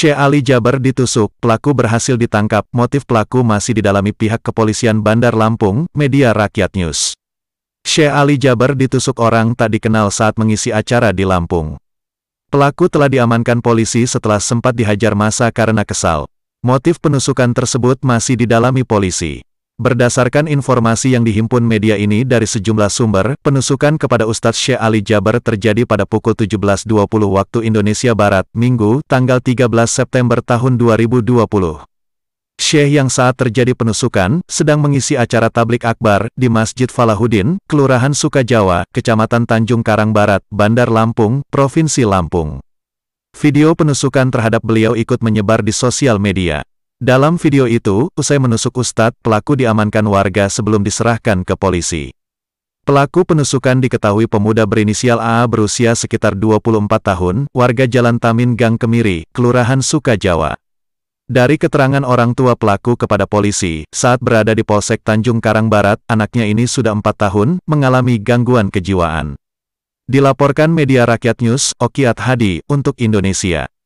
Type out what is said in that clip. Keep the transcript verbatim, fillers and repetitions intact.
Sheikh Ali Jaber ditusuk, pelaku berhasil ditangkap, motif pelaku masih didalami pihak kepolisian Bandar Lampung, Media Rakyat News. Sheikh Ali Jaber ditusuk orang tak dikenal saat mengisi acara di Lampung. Pelaku telah diamankan polisi setelah sempat dihajar massa karena kesal. Motif penusukan tersebut masih didalami polisi. Berdasarkan informasi yang dihimpun media ini dari sejumlah sumber, penusukan kepada Ustadz Sheikh Ali Jaber terjadi pada pukul tujuh belas dua puluh waktu Indonesia Barat, Minggu, tanggal tiga belas September tahun dua ribu dua puluh. Syekh yang saat terjadi penusukan, sedang mengisi acara tablik akbar di Masjid Falahuddin, Kelurahan Sukajawa, Kecamatan Tanjung Karang Barat, Bandar Lampung, Provinsi Lampung. Video penusukan terhadap beliau ikut menyebar di sosial media. Dalam video itu, usai menusuk Ustadz, pelaku diamankan warga sebelum diserahkan ke polisi. Pelaku penusukan diketahui pemuda berinisial A A berusia sekitar dua puluh empat tahun, warga Jalan Tamin Gang Kemiri, Kelurahan Sukajawa. Dari keterangan orang tua pelaku kepada polisi, saat berada di Polsek Tanjung Karang Barat, anaknya ini sudah empat tahun, mengalami gangguan kejiwaan. Dilaporkan Media Rakyat News, Okiat Hadi, untuk Indonesia.